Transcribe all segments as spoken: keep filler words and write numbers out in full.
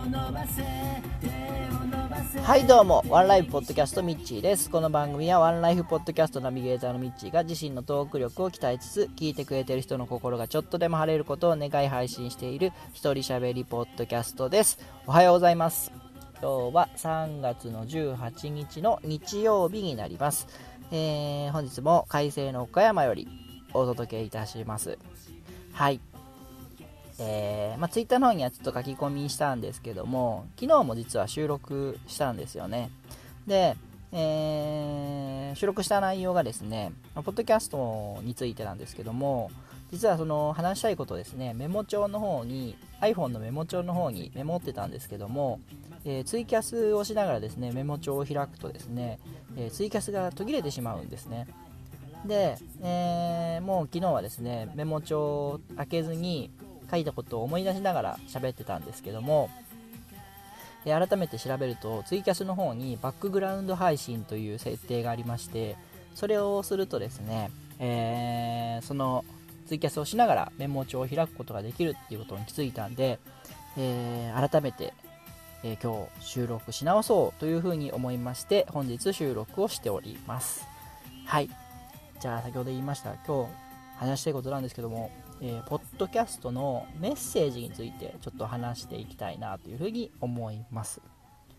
はいどうも、ワンライフポッドキャストミッチーです。この番組はワンライフポッドキャストナビゲーターのミッチーが自身のトーク力を鍛えつつ、聞いてくれている人の心がちょっとでも晴れることを願い配信している一人喋りポッドキャストです。おはようございます。今日はさんがつのじゅうはちにちの日曜日になります。えー、本日も快晴の岡山よりお届けいたします。はい。えーまあ、ツイッターの方にはちょっと書き込みしたんですけども、昨日も実は収録したんですよね。で、えー収録した内容がですね、ポッドキャストについてなんですけども、実はその話したいことをですね、メモ帳の方に iPhone のメモ帳の方にメモってたんですけども、えーツイキャスをしながらですね、メモ帳を開くとですね、えーツイキャスが途切れてしまうんですね。で、えーもう昨日はですね、メモ帳を開けずに書いたことを思い出しながら喋ってたんですけども、えー改めて調べるとツイキャスの方にバックグラウンド配信という設定がありまして、それをするとですね、えーそのツイキャスをしながらメモ帳を開くことができるっていうことに気づいたんで、えー改めて、えー今日収録し直そうというふうに思いまして、本日収録をしております。はい、じゃあ先ほど言いました今日話したいことなんですけども、えー、ポッドキャストのメッセージについてちょっと話していきたいなというふうに思います。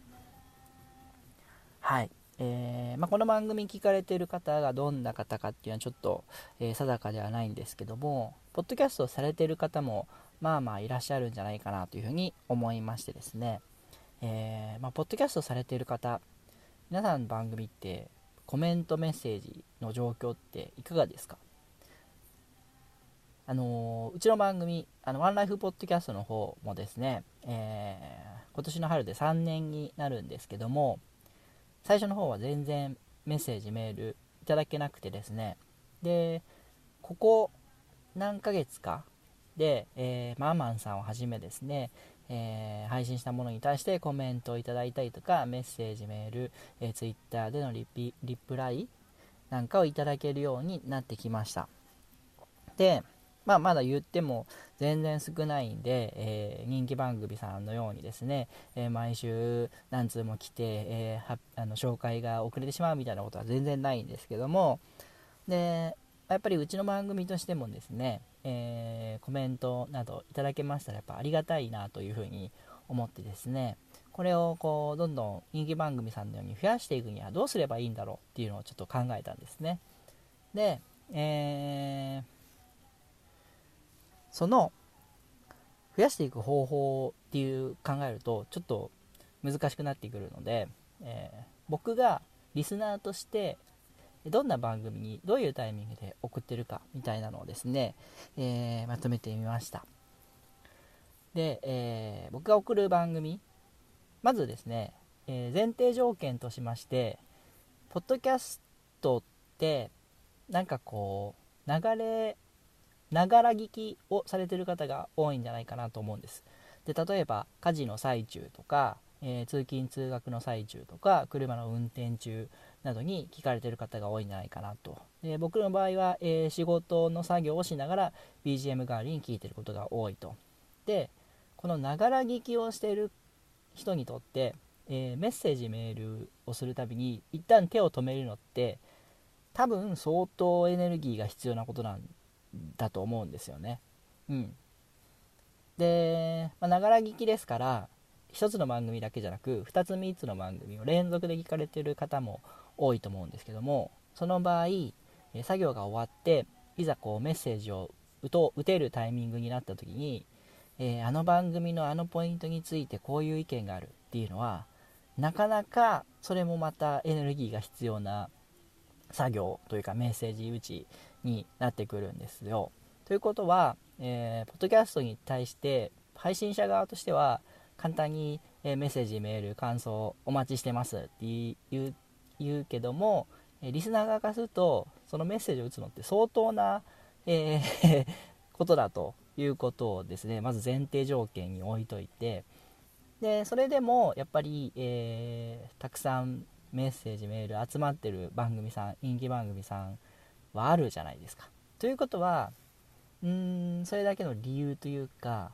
はい、えーまあ、この番組聞かれている方がどんな方かっていうのはちょっと、えー定かではないんですけども、ポッドキャストをされている方もまあまあいらっしゃるんじゃないかなというふうに思いましてですね、えーまあ、ポッドキャストをされている方、皆さんの番組ってコメントメッセージの状況っていかがですか？あのーうちの番組、あのワンライフポッドキャストの方もですね、えー今年の春でさんねんになるんですけども、最初の方は全然メッセージメールいただけなくてですね、でここ何ヶ月かで、えーマーマンさんをはじめですね、えー配信したものに対してコメントをいただいたりとか、メッセージメール、えー、ツイッターでのリピリプライなんかをいただけるようになってきました。で、まあ、まだ言っても全然少ないんで、えー人気番組さんのようにですね、えー毎週何通も来て、えーはあの紹介が遅れてしまうみたいなことは全然ないんですけども、でやっぱりうちの番組としてもですね、えーコメントなどいただけましたらやっぱありがたいなというふうに思ってですね、これをこうどんどん人気番組さんのように増やしていくにはどうすればいいんだろうっていうのをちょっと考えたんですね。で、えーその増やしていく方法っていう考えるとちょっと難しくなってくるので、えー僕がリスナーとしてどんな番組にどういうタイミングで送ってるかみたいなのをですね、えーまとめてみました。で、えー僕が送る番組、まずですね、えー前提条件としまして、ポッドキャストってなんかこう流れながら聞きをされている方が多いんじゃないかなと思うんです。で、例えば家事の最中とか、えー通勤通学の最中とか車の運転中などに聞かれている方が多いんじゃないかなと。で、僕の場合は、えー仕事の作業をしながら ビージーエム 代わりに聞いていることが多いと。で、このながら聞きをしている人にとって、えーメッセージメールをするたびに一旦手を止めるのって多分相当エネルギーが必要なことなんだと思うんですよね。うん。で、ながら聞きですから一つの番組だけじゃなくふたつみっつの番組を連続で聞かれている方も多いと思うんですけども、その場合作業が終わっていざこうメッセージを打と打てるタイミングになった時に、えーあの番組のあのポイントについてこういう意見があるっていうのはなかなかそれもまたエネルギーが必要な作業というかメッセージ打ちになってくるんですよ。ということは、えー、ポッドキャストに対して配信者側としては簡単に、えーメッセージメール感想お待ちしてますって言う、言うけども、リスナー側からするとそのメッセージを打つのって相当な、えーことだということをですね、まず前提条件に置いといて、でそれでもやっぱり、えーたくさんメッセージメール集まってる番組さん、人気番組さんはあるじゃないですか。ということはうーんそれだけの理由というか、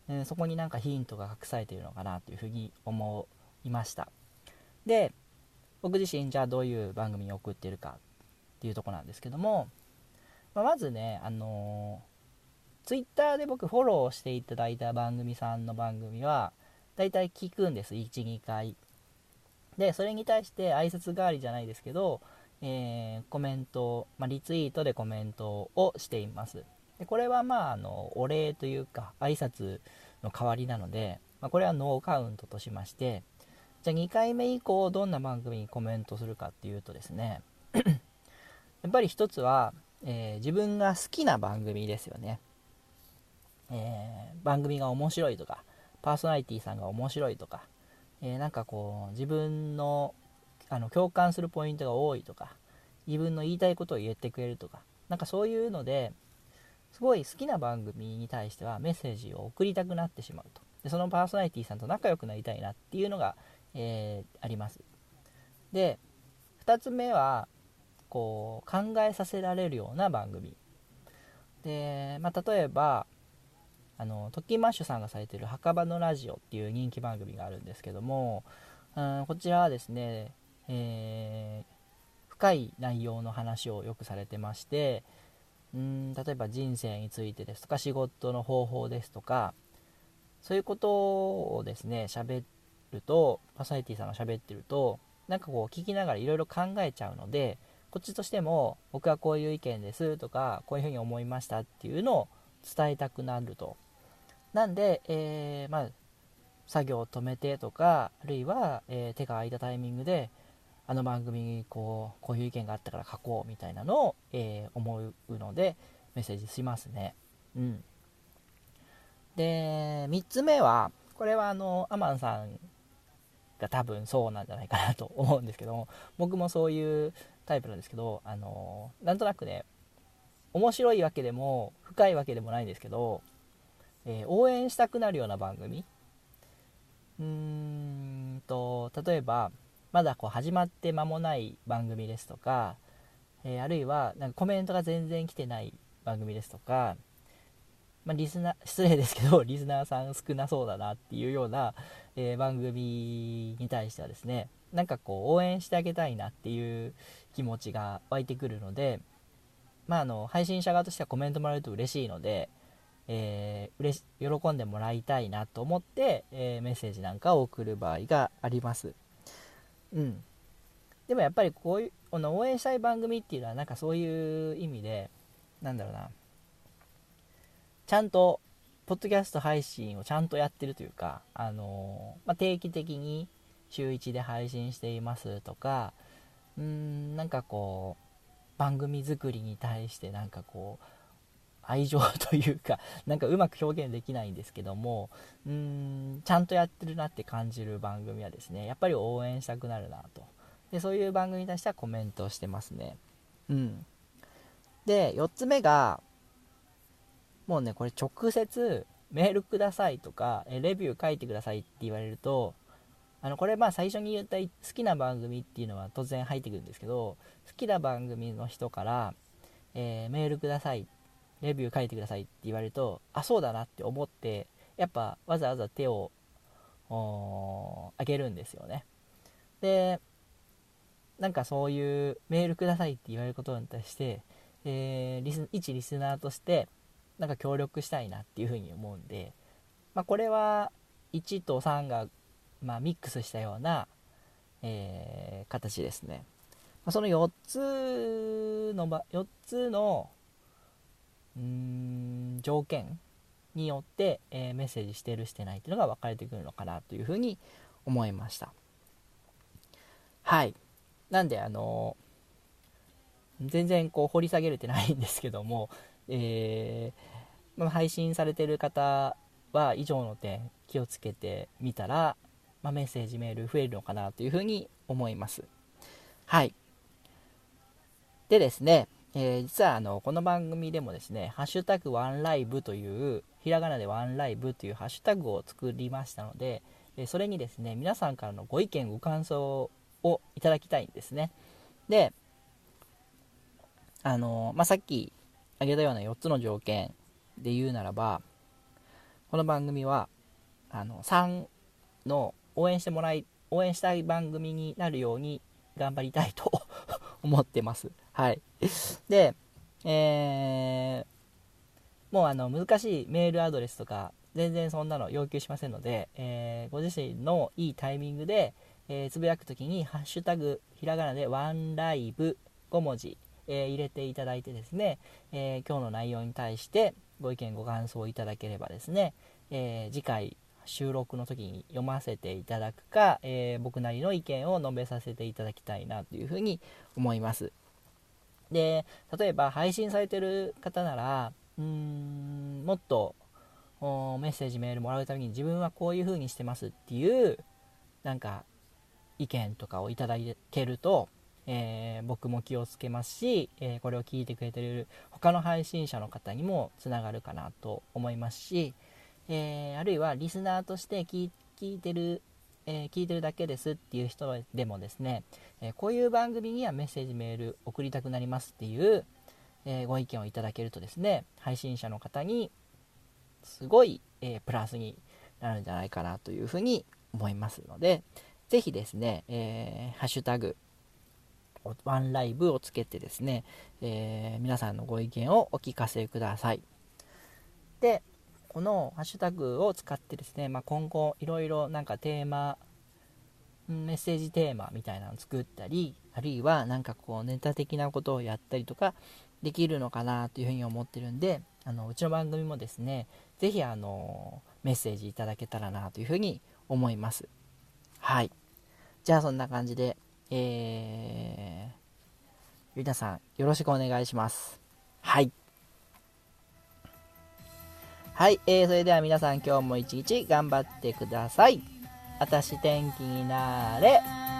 うん、そこになんかヒントが隠されているのかなというふうに思いました。で、僕自身じゃあどういう番組に送っているかっていうところなんですけども、まあ、まずね、あのー、ツイッターで僕フォローしていただいた番組さんの番組はだいたい聞くんです。いち、にかいで、それに対して挨拶代わりじゃないですけど、えー、コメント、まあ、リツイートでコメントをしています。でこれはまああのお礼というか挨拶の代わりなので、まあ、これはノーカウントとしまして、じゃあにかいめ以降どんな番組にコメントするかっていうとですねやっぱり一つは、えー、自分が好きな番組ですよね。えー、番組が面白いとか、パーソナリティさんが面白いとか、えー、なんかこう自分のあの共感するポイントが多いとか、自分の言いたいことを言ってくれるとか、なんかそういうのですごい好きな番組に対してはメッセージを送りたくなってしまうと。でそのパーソナリティさんと仲良くなりたいなっていうのが、えー、あります。でふたつめはこう考えさせられるような番組で、まあ、例えばあのトッキンマッシュさんがされている墓場のラジオっていう人気番組があるんですけども、うん、こちらはですね、えー、深い内容の話をよくされてまして、うん、例えば人生についてですとか仕事の方法ですとか、そういうことをですね喋ると、パーソナリティさんが喋ってるとなんかこう聞きながらいろいろ考えちゃうので、こっちとしても僕はこういう意見ですとかこういうふうに思いましたっていうのを伝えたくなると。なんで、えー、まあ作業を止めてとか、あるいは、えー、手が空いたタイミングであの番組にこうこういう意見があったから書こうみたいなのを、えー、思うのでメッセージしますね。うん。でみっつめはこれはあのアマンさんが多分そうなんじゃないかなと思うんですけども、僕もそういうタイプなんですけど、あのなんとなくね面白いわけでも深いわけでもないんですけど、えー、応援したくなるような番組、うーんと例えばまだこう始まって間もない番組ですとか、えー、あるいはなんかコメントが全然来てない番組ですとか、まあ、リスナー失礼ですけどリスナーさん少なそうだなっていうような、えー、番組に対してはですね、なんかこう応援してあげたいなっていう気持ちが湧いてくるので、まあ、あの配信者側としてはコメントもらえると嬉しいので、えー、嬉し喜んでもらいたいなと思って、えー、メッセージなんかを送る場合があります。うん、でもやっぱりこういうこの応援したい番組っていうのはなんかそういう意味でなんだろうな、ちゃんとポッドキャスト配信をちゃんとやってるというか、あのーまあ、定期的に週いちで配信していますとか、うーんなんかこう番組作りに対してなんかこう愛情というかなんかうまく表現できないんですけども、うーんちゃんとやってるなって感じる番組はですねやっぱり応援したくなるなと。でそういう番組に対してはコメントをしてますね。うんでよっつめがもうねこれ直接メールくださいとかレビュー書いてくださいって言われると、あのこれまあ最初に言った好きな番組っていうのは当然入ってくるんですけど、好きな番組の人から、えー、メールくださいレビュー書いてくださいって言われると、あそうだなって思ってやっぱわざわざ手を挙げるんですよね。でなんかそういうメールくださいって言われることに対して、えー、リス一リスナーとしてなんか協力したいなっていうふうに思うんで、まあ、これはいちとさんが、まあ、ミックスしたような、えー、形ですね。まあ、そのよっつのばよっつのうーん条件によって、えー、メッセージしてるしてないっていうのが分かれてくるのかなというふうに思いました。はい。なんであのー、全然こう掘り下げれてないんですけども、えーまあ、配信されてる方は以上の点気をつけてみたら、まあ、メッセージメール増えるのかなというふうに思います。はい。でですね、えー、実はあのこの番組でもですね、ハッシュタグワンライブというひらがなでワンライブというハッシュタグを作りましたので、それにですね皆さんからのご意見ご感想をいただきたいんですね。で、あのまあ、さっき挙げたようなよっつの条件で言うならば、 この番組はあのさんの応援してもらい応援したい番組になるように頑張りたいと思ってます。はい。で、えー、もうあの難しいメールアドレスとか全然そんなの要求しませんので、えー、ご自身のいいタイミングで、えー、つぶやくときにハッシュタグひらがなでワンライブご文字、えー、入れていただいてですね、えー、今日の内容に対してご意見ご感想いただければですね、えー、次回収録の時に読ませていただくか、えー、僕なりの意見を述べさせていただきたいなというふうに思います。で、例えば配信されてる方ならうーんもっとメッセージメールもらうために自分はこういう風にしてますっていうなんか意見とかをいただけると、えー、僕も気をつけますし、えー、これを聞いてくれてる他の配信者の方にもつながるかなと思いますし、えー、あるいはリスナーとして聞い、聞いてる、えー、聞いてるだけですっていう人でもですね、えー、こういう番組にはメッセージメール送りたくなりますっていう、えー、ご意見をいただけるとですね、配信者の方にすごい、えー、プラスになるんじゃないかなというふうに思いますので、ぜひですね、えー、ハッシュタグワンライブをつけてですね、えー、皆さんのご意見をお聞かせください。で、このハッシュタグを使ってですね、まあ、今後いろいろなんかテーマ、メッセージテーマみたいなのを作ったり、あるいはなんかこうネタ的なことをやったりとかできるのかなというふうに思ってるんで、あのうちの番組もですね、ぜひあのメッセージいただけたらなというふうに思います。はい。じゃあそんな感じで、えー、皆さんよろしくお願いします。はい。はい、えー、それでは皆さん今日も一日頑張ってください。あたし天気になれ。